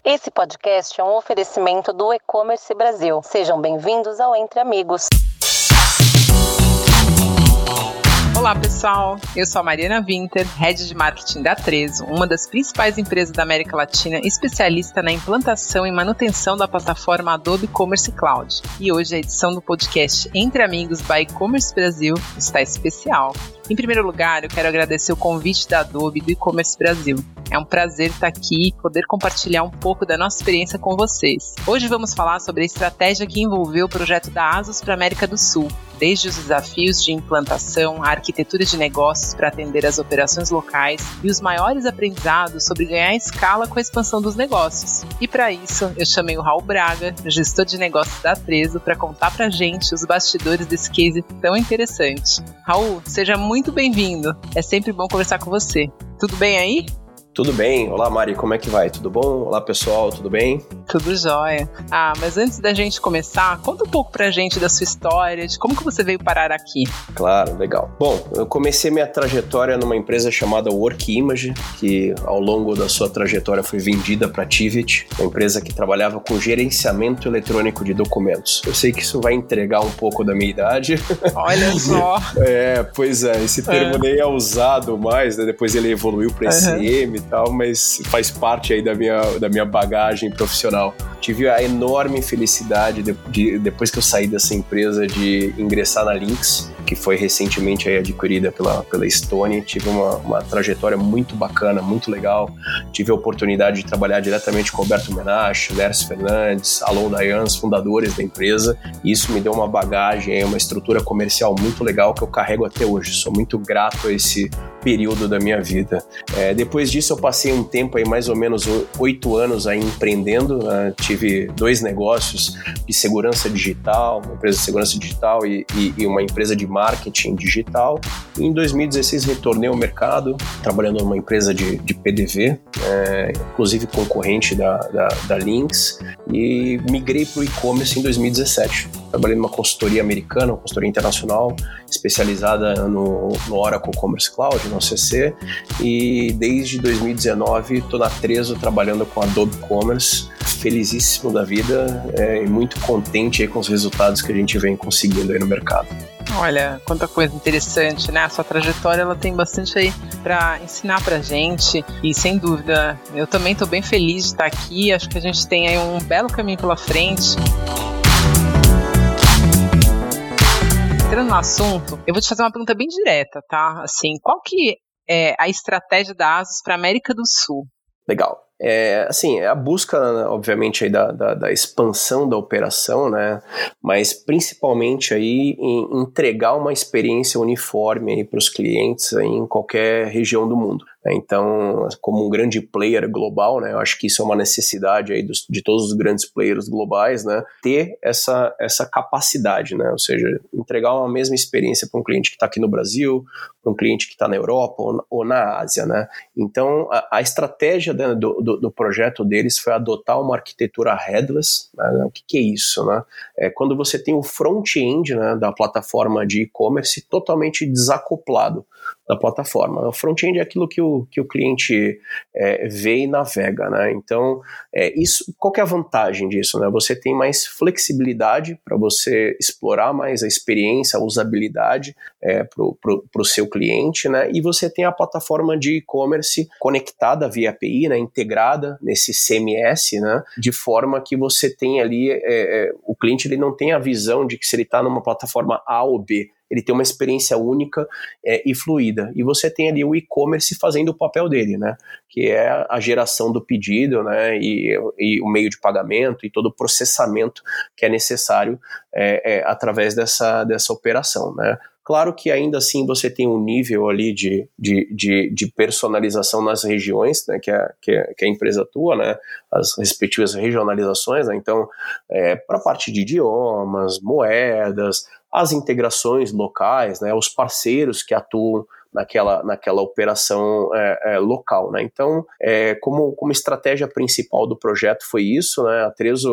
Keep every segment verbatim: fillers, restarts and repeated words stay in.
Esse podcast é um oferecimento do E-Commerce Brasil. Sejam bem-vindos ao Entre Amigos. Olá pessoal, eu sou a Mariana Winter, Head de Marketing da Atrezo, uma das principais empresas da América Latina, especialista na implantação e manutenção da plataforma Adobe Commerce Cloud. E hoje a edição do podcast Entre Amigos by E-Commerce Brasil está especial. Em primeiro lugar, eu quero agradecer o convite da Adobe do E-Commerce Brasil. É um prazer estar aqui e poder compartilhar um pouco da nossa experiência com vocês. Hoje vamos falar sobre a estratégia que envolveu o projeto da ASUS para a América do Sul, desde os desafios de implantação, a arquitetura de negócios para atender as operações locais e os maiores aprendizados sobre ganhar escala com a expansão dos negócios. E para isso, eu chamei o Raul Braga, gestor de negócios da Atrezo, para contar para a gente os bastidores desse case tão interessante. Raul, seja muito bem-vindo. É sempre bom conversar com você. Tudo bem aí? Tudo bem. Olá, Mari, como é que vai? Tudo bom? Olá, pessoal, tudo bem? Tudo jóia. Ah, mas antes da gente começar, conta um pouco pra gente da sua história, de como que você veio parar aqui. Claro, legal. Bom, eu comecei minha trajetória numa empresa chamada Workimage, que ao longo da sua trajetória foi vendida para Tivit, uma empresa que trabalhava com gerenciamento eletrônico de documentos. Eu sei que isso vai entregar um pouco da minha idade. Olha só. É, pois é, esse termo é. nem é usado mais, né? Depois ele evoluiu para E C M, uhum. tal, mas faz parte aí da minha, da minha bagagem profissional. Tive a enorme felicidade de, de, depois que eu saí dessa empresa de ingressar na Lynx, que foi recentemente aí adquirida pela, pela Estônia. Tive uma, uma trajetória muito bacana, muito legal. Tive a oportunidade de trabalhar diretamente com Roberto Menache, Lércio Fernandes, Alon Dayan, fundadores da empresa. E isso me deu uma bagagem, uma estrutura comercial muito legal que eu carrego até hoje. Sou muito grato a esse período da minha vida. É, depois disso eu passei um tempo aí, mais ou menos oito anos aí empreendendo, né? Tive dois negócios de segurança digital, uma empresa de segurança digital e, e, e uma empresa de marketing digital. E em dois mil e dezesseis retornei ao mercado, trabalhando numa empresa de, de P D V, é, inclusive concorrente da, da, da Lynx, e migrei para o e-commerce em dois mil e dezessete. Trabalhei numa consultoria americana, uma consultoria internacional, especializada no, no Oracle Commerce Cloud, no O C C, e desde dois mil e dezenove estou na Atrezo trabalhando com Adobe Commerce, felizíssimo da vida é, e muito contente aí com os resultados que a gente vem conseguindo aí no mercado. Olha, quanta coisa interessante, né? A sua trajetória, ela tem bastante aí para ensinar pra gente e, sem dúvida, eu também estou bem feliz de estar aqui. Acho que a gente tem aí um belo caminho pela frente. Entrando no assunto, eu vou te fazer uma pergunta bem direta, tá? Assim, qual que é a estratégia da ASUS para a América do Sul? Legal. É, assim, a busca, obviamente, aí da, da, da expansão da operação, né, mas principalmente aí em entregar uma experiência uniforme para os clientes aí em qualquer região do mundo. Então, como um grande player global, né, eu acho que isso é uma necessidade aí dos, de todos os grandes players globais, né, ter essa, essa capacidade, né, ou seja, entregar uma mesma experiência para um cliente que está aqui no Brasil, para um cliente que está na Europa ou, ou na Ásia, né. Então, a, a estratégia né, do, do, do projeto deles foi adotar uma arquitetura headless, né, o que, que é isso, né, é quando você tem o front-end, né, da plataforma de e-commerce totalmente desacoplado da plataforma. O front-end é aquilo que o, que o cliente é, vê e navega, né? Então, é, isso, qual que é a vantagem disso, né? Você tem mais flexibilidade para você explorar mais a experiência, a usabilidade é, para o seu cliente, né? E você tem a plataforma de e-commerce conectada via A P I, né? Integrada nesse C M S, né? De forma que você tem ali, é, é, o cliente ele não tem a visão de que se ele está numa plataforma A ou B, ele tem uma experiência única é, e fluida. E você tem ali o e-commerce fazendo o papel dele, né? Que é a geração do pedido, né? E, e o meio de pagamento e todo o processamento que é necessário é, é, através dessa, dessa operação, né? Claro que ainda assim você tem um nível ali de, de, de, de personalização nas regiões, né, que, a, que, a, que a empresa atua, né, as respectivas regionalizações, né, então é, para a parte de idiomas, moedas, as integrações locais, né, os parceiros que atuam naquela, naquela operação é, é, local, né. Então, é, como, como estratégia principal do projeto foi isso, né, a Atrezo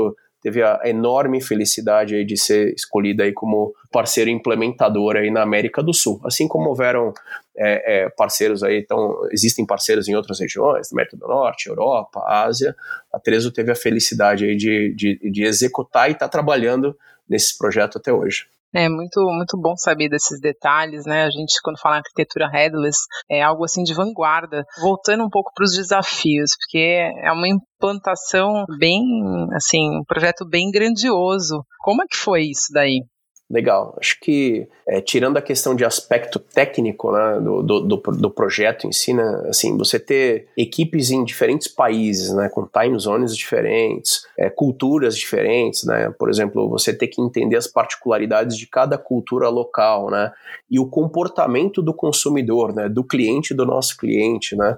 teve a enorme felicidade aí de ser escolhida aí como parceiro implementador aí na América do Sul, assim como houveram é, é, parceiros aí, então existem parceiros em outras regiões, América do Norte, Europa, Ásia. A Trezo teve a felicidade aí de, de, de executar e está trabalhando nesse projeto até hoje. É muito, muito bom saber desses detalhes, né? A gente, quando fala em arquitetura headless, é algo assim de vanguarda. Voltando um pouco para os desafios, porque é uma implantação bem, assim, um projeto bem grandioso. Como é que foi isso daí? Legal, acho que é, tirando a questão de aspecto técnico, né, do, do, do, do projeto em si, né, assim, você ter equipes em diferentes países, né, com time zones diferentes, é, culturas diferentes, né, por exemplo, você ter que entender as particularidades de cada cultura local, né, e o comportamento do consumidor, né, do cliente do nosso cliente, né,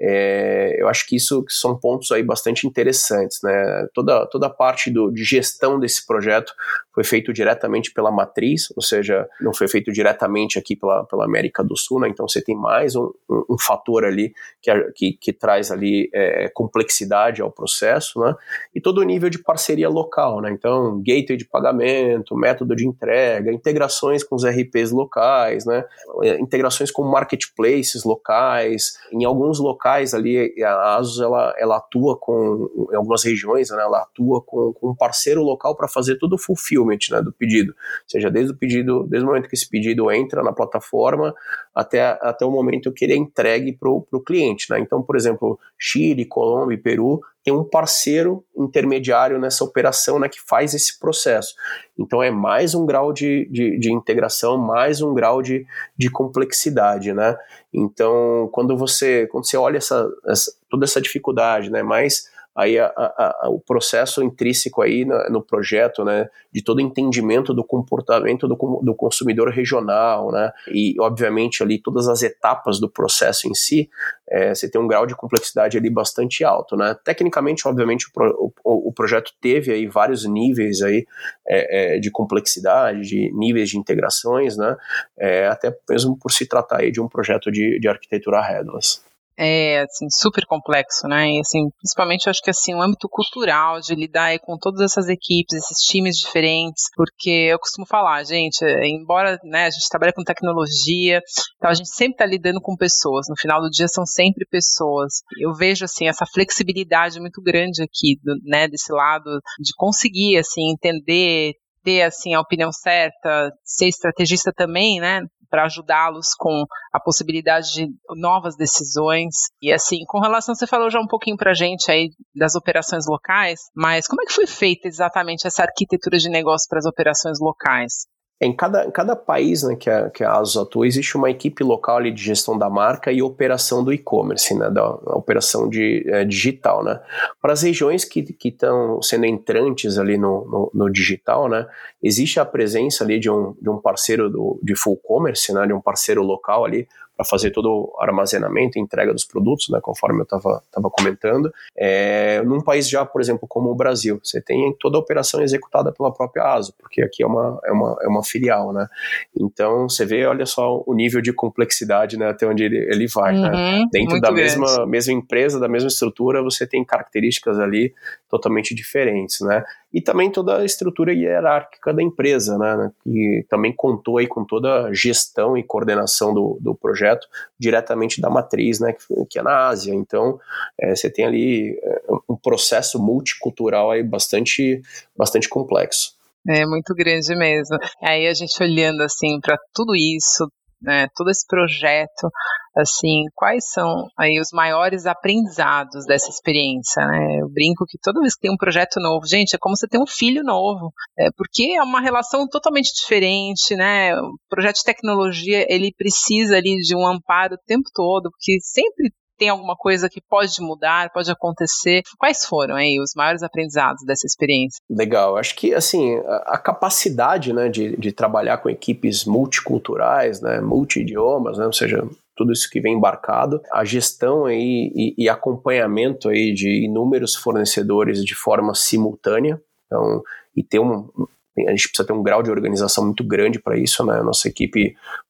é, eu acho que isso são pontos aí bastante interessantes, né, toda, toda a parte do, de gestão desse projeto foi feito diretamente pela matriz, ou seja, não foi feito diretamente aqui pela, pela América do Sul, né? Então você tem mais um, um, um fator ali que, que, que traz ali é, complexidade ao processo, né? E todo o nível de parceria local, né? Então gateway de pagamento, método de entrega, integrações com os R Ps locais, né? Integrações com marketplaces locais, em alguns locais ali a ASUS ela, ela atua com, em algumas regiões, né? Ela atua com, com um parceiro local para fazer todo o fulfillment, né, do pedido, ou seja, desde o pedido, desde o momento que esse pedido entra na plataforma até, até o momento que ele é entregue para o cliente, né? Então, por exemplo, Chile, Colômbia e Peru tem um parceiro intermediário nessa operação, né, que faz esse processo. Então é mais um grau de, de, de integração, mais um grau de, de complexidade, né? Então, quando você, quando você olha essa, essa, toda essa dificuldade, né, mais aí a, a, a, o processo intrínseco aí no, no projeto, né, de todo o entendimento do comportamento do, do consumidor regional, né, e obviamente ali todas as etapas do processo em si, é, você tem um grau de complexidade ali bastante alto, né. Tecnicamente, obviamente, o, pro, o, o projeto teve aí vários níveis aí é, é, de complexidade, de níveis de integrações, né, é, até mesmo por se tratar aí de um projeto de, de arquitetura headless. É, assim, super complexo, né, e assim, principalmente eu acho que assim, o âmbito cultural de lidar aí com todas essas equipes, esses times diferentes, porque eu costumo falar, gente, embora, né, a gente trabalha com tecnologia, então a gente sempre está lidando com pessoas, no final do dia são sempre pessoas, eu vejo, assim, essa flexibilidade muito grande aqui, do, né, desse lado, de conseguir, assim, entender, ter, assim, a opinião certa, ser estrategista também, né, para ajudá-los com a possibilidade de novas decisões. E assim, com relação, você falou já um pouquinho para a gente aí das operações locais, mas como é que foi feita exatamente essa arquitetura de negócio para as operações locais? Em cada, em cada país, né, que a, que a ASUS atua, existe uma equipe local ali de gestão da marca e operação do e-commerce, né, da operação de, é, digital, né. Para as regiões que estão sendo entrantes ali no, no, no digital, né, existe a presença ali de um, de um parceiro do, de full commerce, né, de um parceiro local ali, para fazer todo o armazenamento e entrega dos produtos, né, conforme eu estava comentando. É, num país já, por exemplo, como o Brasil, você tem toda a operação executada pela própria ASUS, porque aqui é uma, é uma, é uma filial, né? Então, você vê, olha só o nível de complexidade, né, até onde ele, ele vai, uhum, né? Dentro da grande. mesma, mesma empresa, da mesma estrutura, você tem características ali totalmente diferentes, né? E também toda a estrutura hierárquica da empresa, né, que também contou aí com toda a gestão e coordenação do, do projeto diretamente da matriz, né, que, que é na Ásia. Então, é, você tem ali é, um processo multicultural aí bastante, bastante complexo. É muito grande mesmo. Aí a gente olhando assim para tudo isso, né, todo esse projeto, assim, quais são aí os maiores aprendizados dessa experiência, né? Eu brinco que toda vez que tem um projeto novo, gente, é como você ter um filho novo, é, porque é uma relação totalmente diferente, né? O projeto de tecnologia, ele precisa ali de um amparo o tempo todo, porque sempre tem alguma coisa que pode mudar, pode acontecer. Quais foram aí os maiores aprendizados dessa experiência? Legal, acho que assim, a, a capacidade, né, de, de trabalhar com equipes multiculturais, né, multi-idiomas, né, ou seja, tudo isso que vem embarcado, a gestão aí e, e acompanhamento aí de inúmeros fornecedores de forma simultânea, então, e ter um, a gente precisa ter um grau de organização muito grande para isso, né, a nossa equipe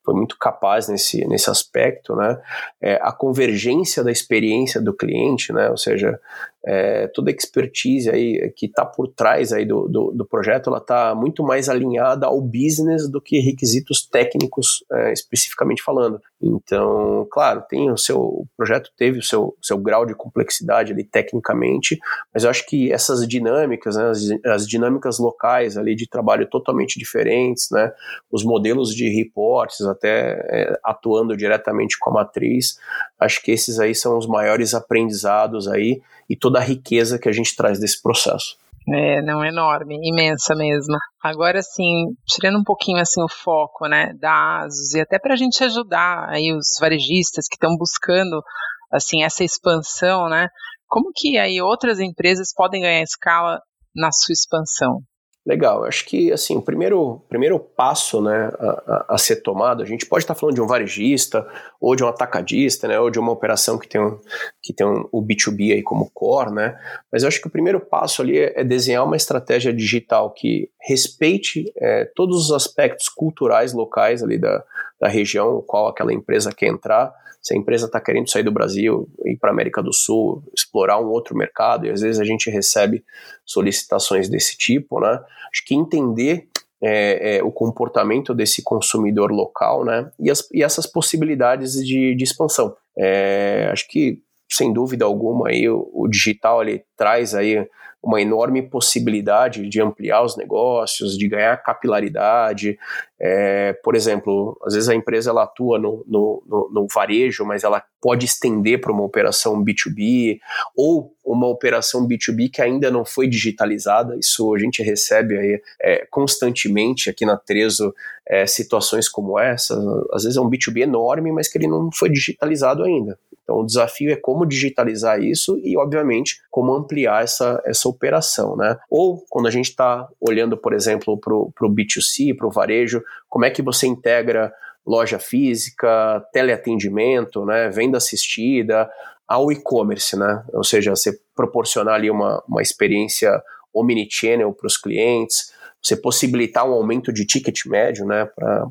foi muito capaz nesse, nesse aspecto, né? É, a convergência da experiência do cliente, né? Ou seja, é, toda a expertise aí que está por trás aí do, do, do projeto, ela está muito mais alinhada ao business do que requisitos técnicos, é, especificamente falando. Então, claro, tem o seu o projeto teve o seu, seu grau de complexidade ali tecnicamente, mas eu acho que essas dinâmicas, né, as, as dinâmicas locais ali de trabalho totalmente diferentes, né, os modelos de reportes até é, atuando diretamente com a matriz, acho que esses aí são os maiores aprendizados aí e toda a riqueza que a gente traz desse processo. É, não, enorme, imensa mesmo. Agora, assim, tirando um pouquinho assim o foco, né, da ASUS e até para a gente ajudar aí os varejistas que estão buscando, assim, essa expansão, né, como que aí outras empresas podem ganhar escala na sua expansão? Legal, eu acho que assim, o primeiro, primeiro passo, né, a, a, a ser tomado, a gente pode estar falando de um varejista, ou de um atacadista, né, ou de uma operação que tem, um, que tem um, o B dois B aí como core, né, mas eu acho que o primeiro passo ali é, é desenhar uma estratégia digital que respeite é, todos os aspectos culturais locais ali da, da região, qual aquela empresa quer entrar. Se a empresa está querendo sair do Brasil, ir para a América do Sul, explorar um outro mercado, e às vezes a gente recebe solicitações desse tipo, né? Acho que entender é, é, o comportamento desse consumidor local, né? E, as, e essas possibilidades de, de expansão. É, acho que, sem dúvida alguma, aí, o, o digital ele traz aí uma enorme possibilidade de ampliar os negócios, de ganhar capilaridade. É, por exemplo, às vezes a empresa ela atua no, no, no, no varejo, mas ela pode estender para uma operação B dois B ou uma operação B dois B que ainda não foi digitalizada. Isso a gente recebe aí, é, constantemente aqui na Trezo, é, situações como essa. Às vezes é um B dois B enorme, mas que ele não foi digitalizado ainda. Então o desafio é como digitalizar isso e, obviamente, como ampliar essa, essa operação, né? Ou quando a gente está olhando, por exemplo, para o B dois C, para o varejo, como é que você integra loja física, teleatendimento, né, venda assistida, ao e-commerce, né? Ou seja, você proporcionar ali uma, uma experiência omnichannel para os clientes, você possibilitar um aumento de ticket médio, né,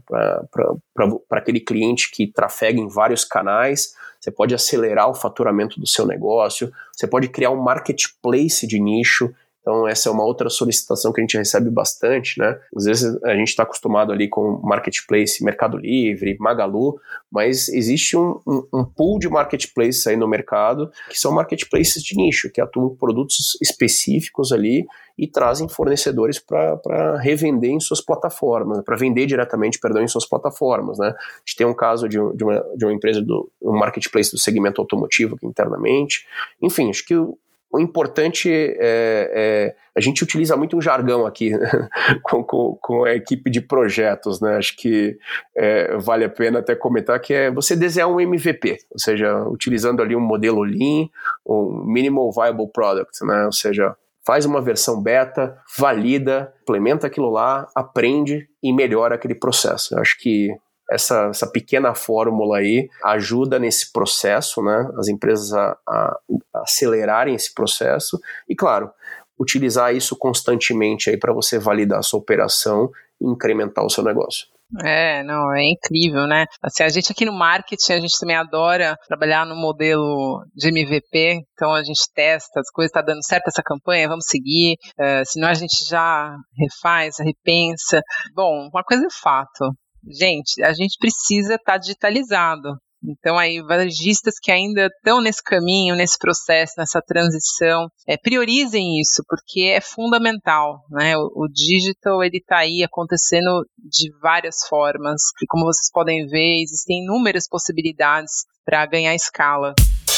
para aquele cliente que trafega em vários canais. Você pode acelerar o faturamento do seu negócio, você pode criar um marketplace de nicho. Então essa é uma outra solicitação que a gente recebe bastante, né? Às vezes a gente está acostumado ali com marketplace, Mercado Livre, Magalu, mas existe um, um, um pool de marketplaces aí no mercado que são marketplaces de nicho, que atuam com produtos específicos ali e trazem fornecedores para revender em suas plataformas, para vender diretamente, perdão, em suas plataformas, né? A gente tem um caso de, de, uma, de uma empresa, do, um marketplace do segmento automotivo aqui internamente. Enfim, acho que o O importante é, é, a gente utiliza muito um jargão aqui com, com, com a equipe de projetos, né? Acho que é, vale a pena até comentar que é você desenhar um M V P, ou seja, utilizando ali um modelo Lean, um Minimal Viable Product, né? Ou seja, faz uma versão beta, valida, implementa aquilo lá, aprende e melhora aquele processo. Eu acho que Essa, essa pequena fórmula aí ajuda nesse processo, né, as empresas a, a, a acelerarem esse processo e, claro, utilizar isso constantemente aí para você validar a sua operação e incrementar o seu negócio. É, não, é incrível, né? Assim, a gente aqui no marketing, a gente também adora trabalhar no modelo de M V P, então a gente testa as coisas, tá dando certo essa campanha, vamos seguir, uh, senão a gente já refaz, repensa. Bom, uma coisa é fato, gente, a gente precisa estar tá digitalizado. Então, aí, varejistas que ainda estão nesse caminho, nesse processo, nessa transição, é, priorizem isso, porque é fundamental, né? O, o digital, ele está aí acontecendo de várias formas. E como vocês podem ver, existem inúmeras possibilidades para ganhar escala.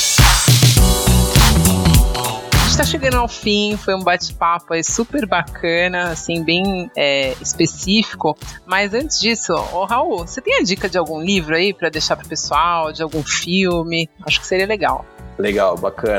Está chegando ao fim, foi um bate-papo aí super bacana, assim, bem é, específico, mas antes disso, ô Raul, você tem a dica de algum livro aí para deixar pro pessoal, de algum filme? Acho que seria legal. Legal, bacana.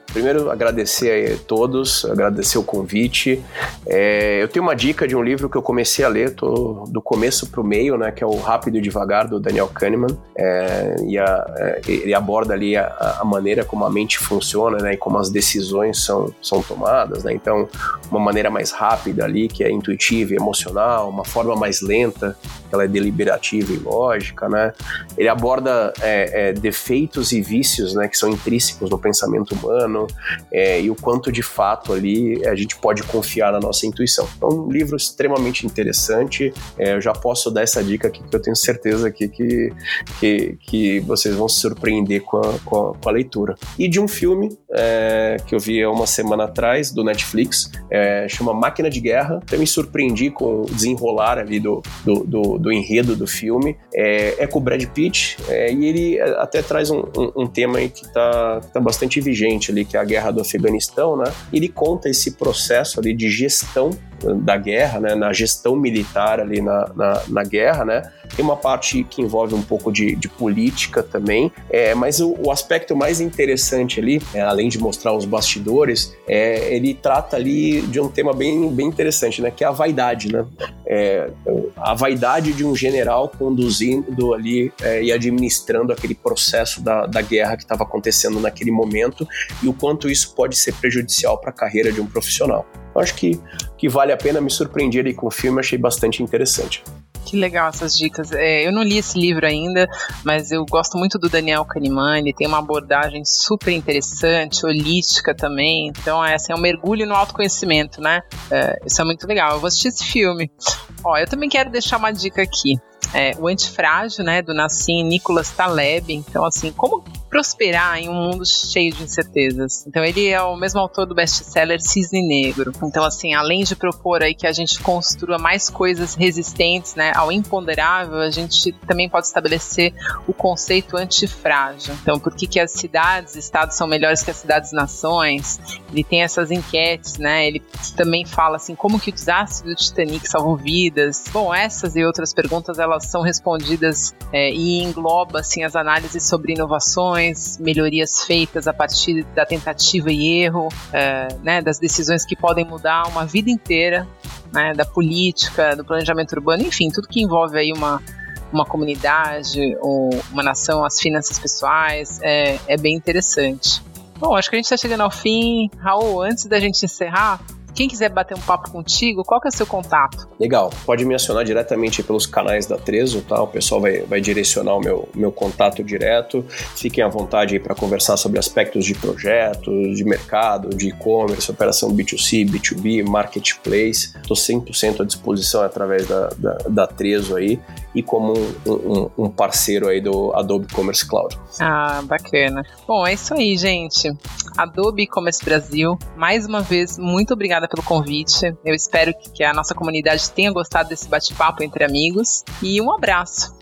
primeiro agradecer a todos, agradecer o convite. É, eu tenho uma dica de um livro que eu comecei a ler, tô do começo para o meio, né, que é o Rápido e Devagar, do Daniel Kahneman, é, e a, é, ele aborda ali a, a maneira como a mente funciona, né, e como as decisões são, são tomadas, né, então uma maneira mais rápida ali, que é intuitiva e emocional, uma forma mais lenta, que ela é deliberativa e lógica, né, ele aborda é, é, defeitos e vícios, né, que são intrínsecos no pensamento humano, é, e o quanto de fato ali a gente pode confiar na nossa intuição. Então, um livro extremamente interessante, é, eu já posso dar essa dica aqui, que eu tenho certeza aqui que, que, que vocês vão se surpreender com a, com a, com a leitura. E de um filme é, que eu vi há uma semana atrás, do Netflix, é, chama Máquina de Guerra. Eu me surpreendi com o desenrolar ali do, do, do, do enredo do filme. É, é com o Brad Pitt, é, e ele até traz um, um, um tema aí que está tá bastante vigente ali, que é a guerra do Afeganistão, né? Ele conta esse processo ali de gestão da guerra, né, na gestão militar ali na, na, na guerra, né, tem uma parte que envolve um pouco de, de política também, é, mas o, o aspecto mais interessante ali, é, além de mostrar os bastidores, é, ele trata ali de um tema bem, bem interessante, né, que é a vaidade, né, é, a vaidade de um general conduzindo ali é, e administrando aquele processo da, da guerra que estava acontecendo naquele momento e o quanto isso pode ser prejudicial para a carreira de um profissional. Eu acho que, que vale a pena, me surpreender aí com o filme, achei bastante interessante. Que legal essas dicas. É, eu não li esse livro ainda, mas eu gosto muito do Daniel Kahneman, ele tem uma abordagem super interessante, holística também, então é, assim, é um mergulho no autoconhecimento, né? É, isso é muito legal, eu vou assistir esse filme. Ó, eu também quero deixar uma dica aqui. É, o Antifrágil, né, do Nassim Nicholas Taleb. Então, assim, como prosperar em um mundo cheio de incertezas? Então, ele é o mesmo autor do best-seller Cisne Negro. Então, assim, além de propor aí que a gente construa mais coisas resistentes, né, ao imponderável, a gente também pode estabelecer o conceito antifrágil. Então, por que que as cidades, estados são melhores que as cidades-nações? Ele tem essas enquetes, né, ele também fala, assim, como que o desastre do Titanic salvou vidas. Bom, essas e outras perguntas, elas são respondidas é, e engloba assim, as análises sobre inovações, melhorias feitas a partir da tentativa e erro, é, né, das decisões que podem mudar uma vida inteira, né, da política, do planejamento urbano, enfim, tudo que envolve aí uma, uma comunidade ou uma nação, as finanças pessoais, é, é bem interessante. Bom, acho que a gente está chegando ao fim. Raul, antes da gente encerrar, quem quiser bater um papo contigo, qual que é o seu contato? Legal, pode me acionar diretamente pelos canais da Trezo, tá? O pessoal vai, vai direcionar o meu, meu contato direto. Fiquem à vontade aí para conversar sobre aspectos de projetos, de mercado, de e-commerce, operação B dois C, B dois B, marketplace. Estou cem por cento à disposição através da, da, da Trezo aí e como um, um, um parceiro aí do Adobe Commerce Cloud. Ah, bacana. Bom, é isso aí, gente. Adobe Commerce Brasil, mais uma vez, muito obrigada pelo convite. Eu espero que a nossa comunidade tenha gostado desse bate-papo entre amigos. E um abraço.